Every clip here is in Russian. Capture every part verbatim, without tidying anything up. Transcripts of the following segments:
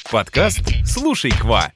Подкаст «Слушай, Ква».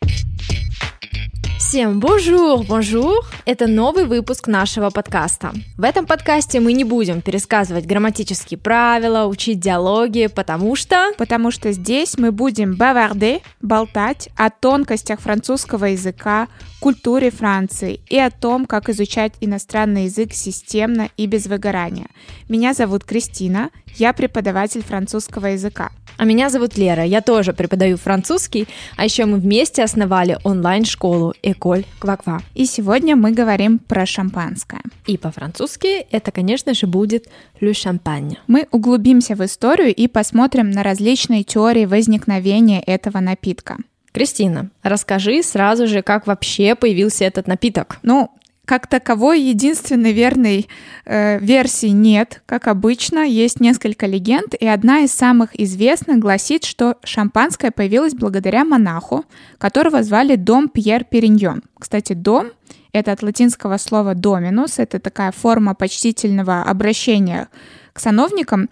Всем бонжур, бонжур! Это новый выпуск нашего подкаста. В этом подкасте мы не будем пересказывать грамматические правила, учить диалоги, потому что... Потому что здесь мы будем баварде, болтать о тонкостях французского языка, культуре Франции и о том, как изучать иностранный язык системно и без выгорания. Меня зовут Кристина, я преподаватель французского языка. А меня зовут Лера, я тоже преподаю французский, а еще мы вместе основали онлайн-школу École Ква-Ква. И сегодня мы говорим про шампанское. И по-французски это, конечно же, будет le champagne. Мы углубимся в историю и посмотрим на различные теории возникновения этого напитка. Кристина, расскажи сразу же, как вообще появился этот напиток. Ну, как таковой единственной верной э, версии нет. Как обычно, есть несколько легенд, и одна из самых известных гласит, что шампанское появилось благодаря монаху, которого звали Дом Пьер Периньон. Кстати, дом — это от латинского слова «dominus», это такая форма почтительного обращения к сановникам,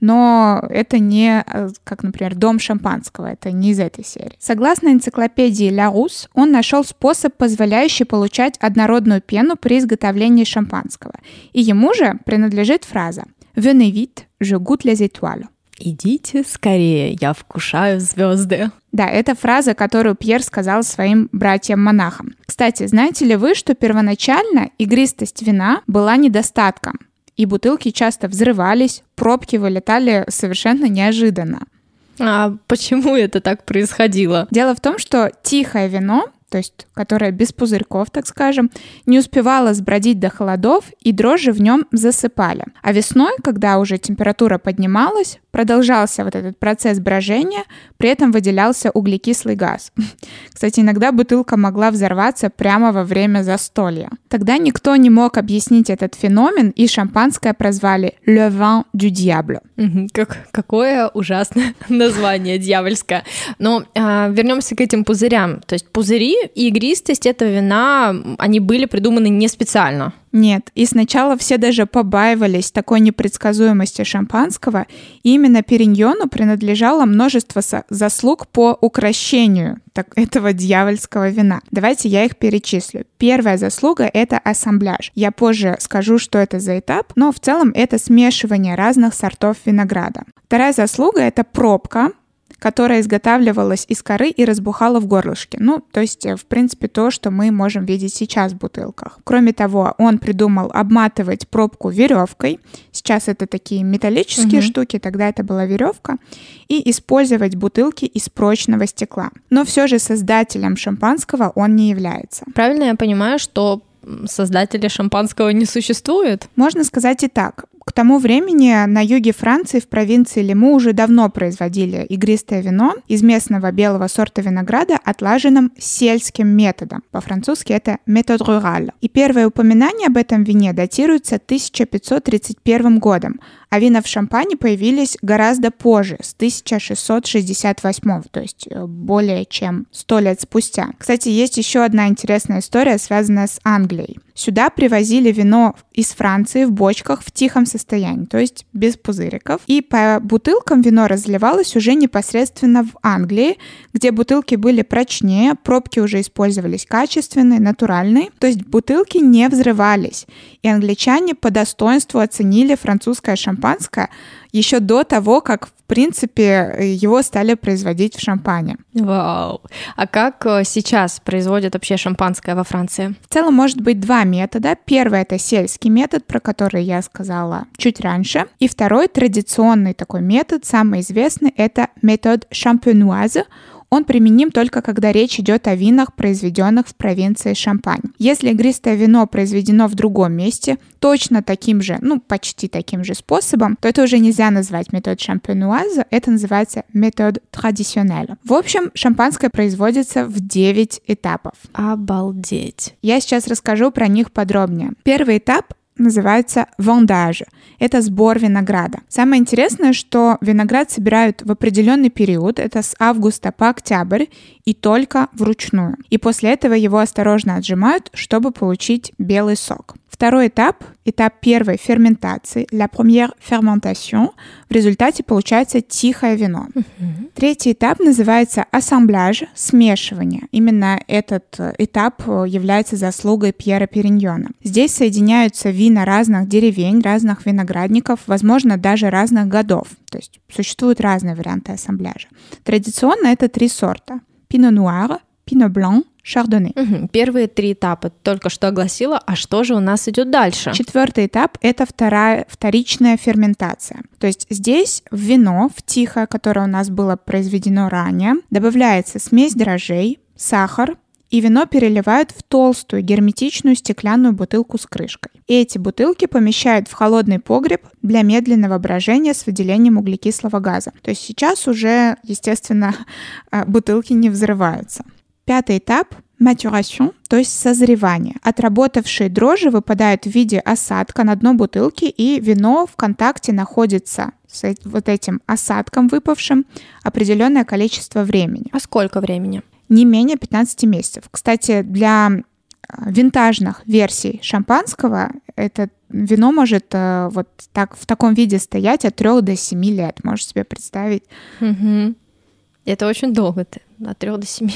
но это не, как, например, дом шампанского, это не из этой серии. Согласно энциклопедии Larousse, он нашел способ, позволяющий получать однородную пену при изготовлении шампанского. И ему же принадлежит фраза «Venez vite, je goûte les étoiles». «Идите скорее, я вкушаю звезды». Да, это фраза, которую Пьер сказал своим братьям-монахам. Кстати, знаете ли вы, что первоначально игристость вина была недостатком? И бутылки часто взрывались, пробки вылетали совершенно неожиданно. А почему это так происходило? Дело в том, что тихое вино, то есть которое без пузырьков, так скажем, не успевало сбродить до холодов, и дрожжи в нем засыпали. А весной, когда уже температура поднималась, продолжался вот этот процесс брожения, при этом выделялся углекислый газ. Кстати, иногда бутылка могла взорваться прямо во время застолья. Тогда никто не мог объяснить этот феномен, и шампанское прозвали «le vin du diable». Как, какое ужасное название, дьявольское. Но а, вернемся к этим пузырям. То есть пузыри и игристость этого вина, они были придуманы не специально. Нет, и сначала все даже побаивались такой непредсказуемости шампанского, и именно Периньону принадлежало множество заслуг по укрощению этого дьявольского вина. Давайте я их перечислю. Первая заслуга — это ассамбляж. Я позже скажу, что это за этап, но в целом это смешивание разных сортов винограда. Вторая заслуга — это пробка, которая изготавливалась из коры и разбухала в горлышке. Ну, то есть, в принципе, то, что мы можем видеть сейчас в бутылках. Кроме того, он придумал обматывать пробку веревкой. Сейчас это такие металлические угу. штуки, тогда это была веревка. И использовать бутылки из прочного стекла. Но все же создателем шампанского он не является. Правильно я понимаю, что создателя шампанского не существует? Можно сказать и так. К тому времени на юге Франции, в провинции Лиму, уже давно производили игристое вино из местного белого сорта винограда отлаженным сельским методом. По-французски это «méthode rurale». И первое упоминание об этом вине датируется тысяча пятьсот тридцать первым годом, а вина в Шампане появились гораздо позже, с тысяча шестьсот шестьдесят восьмого, то есть более чем сто лет спустя. Кстати, есть еще одна интересная история, связанная с Англией. Сюда привозили вино из Франции в бочках в тихом состоянии, то есть без пузыриков. И по бутылкам вино разливалось уже непосредственно в Англии, где бутылки были прочнее, пробки уже использовались качественные, натуральные, то есть бутылки не взрывались. И англичане по достоинству оценили французское шампанское еще до того, как, в принципе, его стали производить в Шампане. Вау! А как сейчас производят вообще шампанское во Франции? В целом может быть два метода. Первый — это сельский метод, про который я сказала чуть раньше. И второй — традиционный такой метод, самый известный — это метод champenoise. Он применим только когда речь идет о винах, произведенных в провинции Шампань. Если игристое вино произведено в другом месте, точно таким же, ну почти таким же способом, то это уже нельзя назвать метод champenoise, это называется метод traditionnel. В общем, шампанское производится в девять этапов. Обалдеть! Я сейчас расскажу про них подробнее. Первый этап называется вендаж. Это сбор винограда. Самое интересное, что виноград собирают в определенный период, это с августа по октябрь, и только вручную. И после этого его осторожно отжимают, чтобы получить белый сок. Второй этап, этап первой ферментации, la première fermentation, в результате получается тихое вино. Uh-huh. Третий этап называется assemblage, смешивание. Именно этот этап является заслугой Пьера Периньона. Здесь соединяются вина разных деревень, разных виноградников, возможно, даже разных годов. То есть существуют разные варианты ассамбляжа. Традиционно это три сорта. Pinot Noir, Pinot Blanc, Шардоне. Угу. Первые три этапа только что огласила, а что же у нас идет дальше? Четвертый этап — это вторая, вторичная ферментация. То есть здесь в вино, в тихое, которое у нас было произведено ранее, добавляется смесь дрожжей, сахар, и вино переливают в толстую герметичную стеклянную бутылку с крышкой. И эти бутылки помещают в холодный погреб для медленного брожения с выделением углекислого газа. То есть сейчас уже, естественно, бутылки не взрываются. Пятый этап – maturation, то есть созревание. Отработавшие дрожжи выпадают в виде осадка на дно бутылки, и вино в контакте находится с вот этим осадком выпавшим определенное количество времени. А сколько времени? Не менее пятнадцати месяцев. Кстати, для винтажных версий шампанского это вино может вот так, в таком виде стоять от трёх до семи лет. Можешь себе представить? Угу. Это очень долго, от трёх до семи.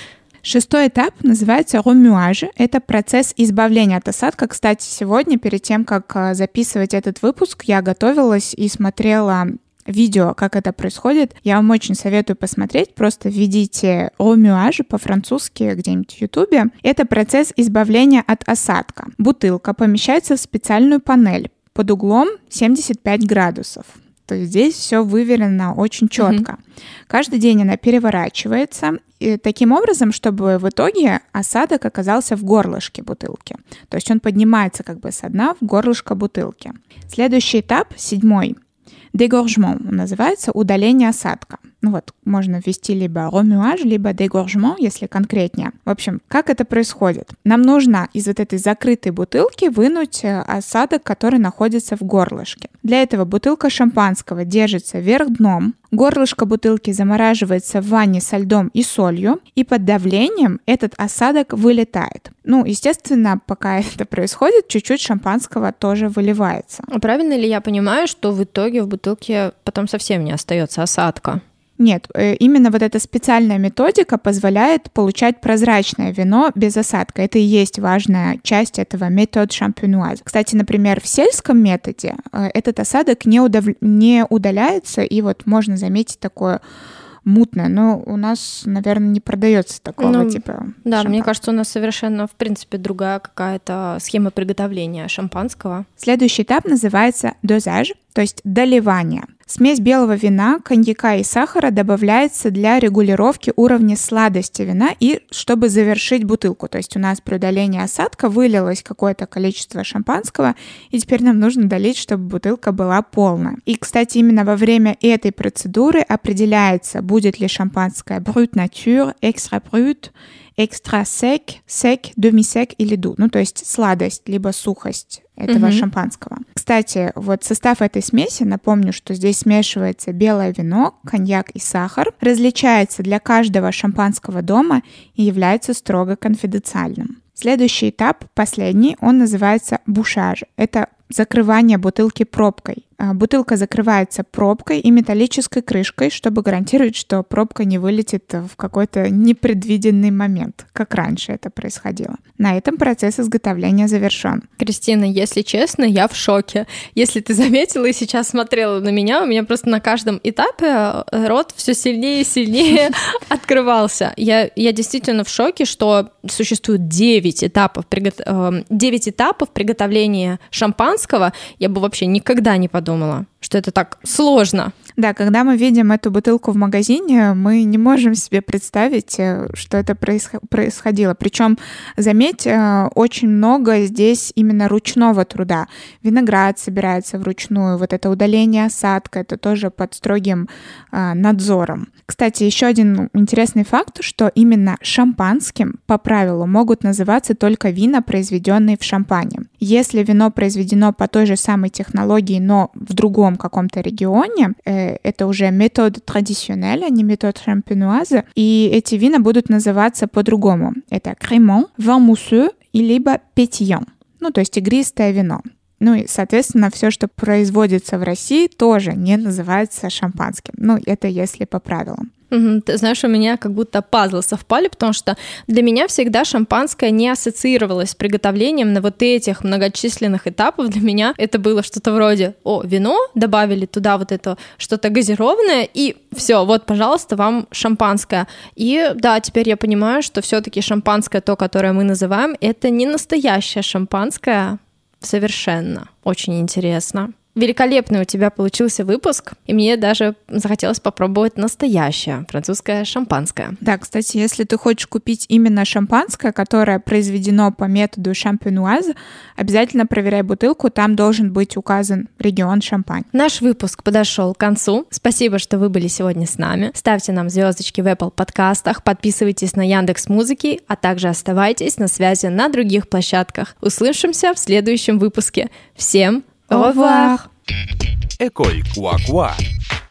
Шестой этап называется ремуаж. Это процесс избавления от осадка. Кстати, сегодня, перед тем, как записывать этот выпуск, я готовилась и смотрела видео, как это происходит. Я вам очень советую посмотреть. Просто введите ремуаж по-французски где-нибудь в Ютубе. Это процесс избавления от осадка. Бутылка помещается в специальную панель под углом семьдесят пять градусов. То есть здесь все выверено очень четко. Mm-hmm. Каждый день она переворачивается и таким образом, чтобы в итоге осадок оказался в горлышке бутылки. То есть он поднимается как бы со дна в горлышко бутылки. Следующий этап, седьмой, дегоржмент, называется удаление осадка. Ну вот, можно ввести либо ремуаж, либо дегоржмент, если конкретнее. В общем, как это происходит? Нам нужно из вот этой закрытой бутылки вынуть осадок, который находится в горлышке. Для этого бутылка шампанского держится вверх дном, горлышко бутылки замораживается в ванне со льдом и солью, и под давлением этот осадок вылетает. Ну, естественно, пока это происходит, чуть-чуть шампанского тоже выливается. А правильно ли я понимаю, что в итоге в бутылке потом совсем не остается осадка? Нет, именно вот эта специальная методика позволяет получать прозрачное вино без осадка. Это и есть важная часть этого метод шампенуаз. Кстати, например, в сельском методе этот осадок не, удав... не удаляется, и вот можно заметить такое мутное, но у нас, наверное, не продается такого ну, типа Да, шампан... мне кажется, у нас совершенно, в принципе, другая какая-то схема приготовления шампанского. Следующий этап называется дозаж, то есть доливание. Смесь белого вина, коньяка и сахара добавляется для регулировки уровня сладости вина и чтобы завершить бутылку. То есть у нас при удалении осадка вылилось какое-то количество шампанского, и теперь нам нужно долить, чтобы бутылка была полная. И, кстати, именно во время этой процедуры определяется, будет ли шампанское brut nature, extra brut, экстра sec, sec, demi-sec или doux. Ну, то есть сладость, либо сухость этого mm-hmm. шампанского. Кстати, вот состав этой смеси, напомню, что здесь смешивается белое вино, коньяк и сахар, различается для каждого шампанского дома и является строго конфиденциальным. Следующий этап, последний, он называется бушаж. Это закрывание бутылки пробкой. Бутылка закрывается пробкой и металлической крышкой, чтобы гарантировать, что пробка не вылетит в какой-то непредвиденный момент, как раньше это происходило. На этом процесс изготовления завершен. Кристина, если честно, я в шоке. Если ты заметила и сейчас смотрела на меня, у меня просто на каждом этапе рот все сильнее и сильнее открывался. Я, я действительно в шоке, что существует девять этапов, девять этапов приготовления шампанского. Я бы вообще никогда не подумала. Думала, что это так сложно. Да, когда мы видим эту бутылку в магазине, мы не можем себе представить, что это происходило. Причем, заметь, очень много здесь именно ручного труда. Виноград собирается вручную, вот это удаление осадка, это тоже под строгим надзором. Кстати, еще один интересный факт, что именно шампанским по правилу могут называться только вина, произведенные в Шампане. Если вино произведено по той же самой технологии, но в другом каком-то регионе, э, это уже метод традиционный, а не метод шампенуаза, и эти вина будут называться по-другому. Это кремон, ван муссeux и либо pétillant. ну, то есть игристое вино. Ну и, соответственно, все, что производится в России, тоже не называется шампанским. Ну, это если по правилам. Угу. Ты знаешь, у меня как будто пазлы совпали, потому что для меня всегда шампанское не ассоциировалось с приготовлением на вот этих многочисленных этапах. Для меня это было что-то вроде: о, вино, добавили туда вот это что-то газированное, и все, вот, пожалуйста, вам шампанское. И да, теперь я понимаю, что все-таки шампанское, то, которое мы называем, это не настоящее шампанское совершенно. Очень интересно. Великолепный у тебя получился выпуск, и мне даже захотелось попробовать настоящее французское шампанское. Да, кстати, если ты хочешь купить именно шампанское, которое произведено по методу шампенуаз, обязательно проверяй бутылку, там должен быть указан регион Шампань. Наш выпуск подошел к концу. Спасибо, что вы были сегодня с нами. Ставьте нам звездочки в Apple подкастах, подписывайтесь на Яндекс.Музыки, а также оставайтесь на связи на других площадках. Услышимся в следующем выпуске. Всем Au revoir. École Quoi Quoi.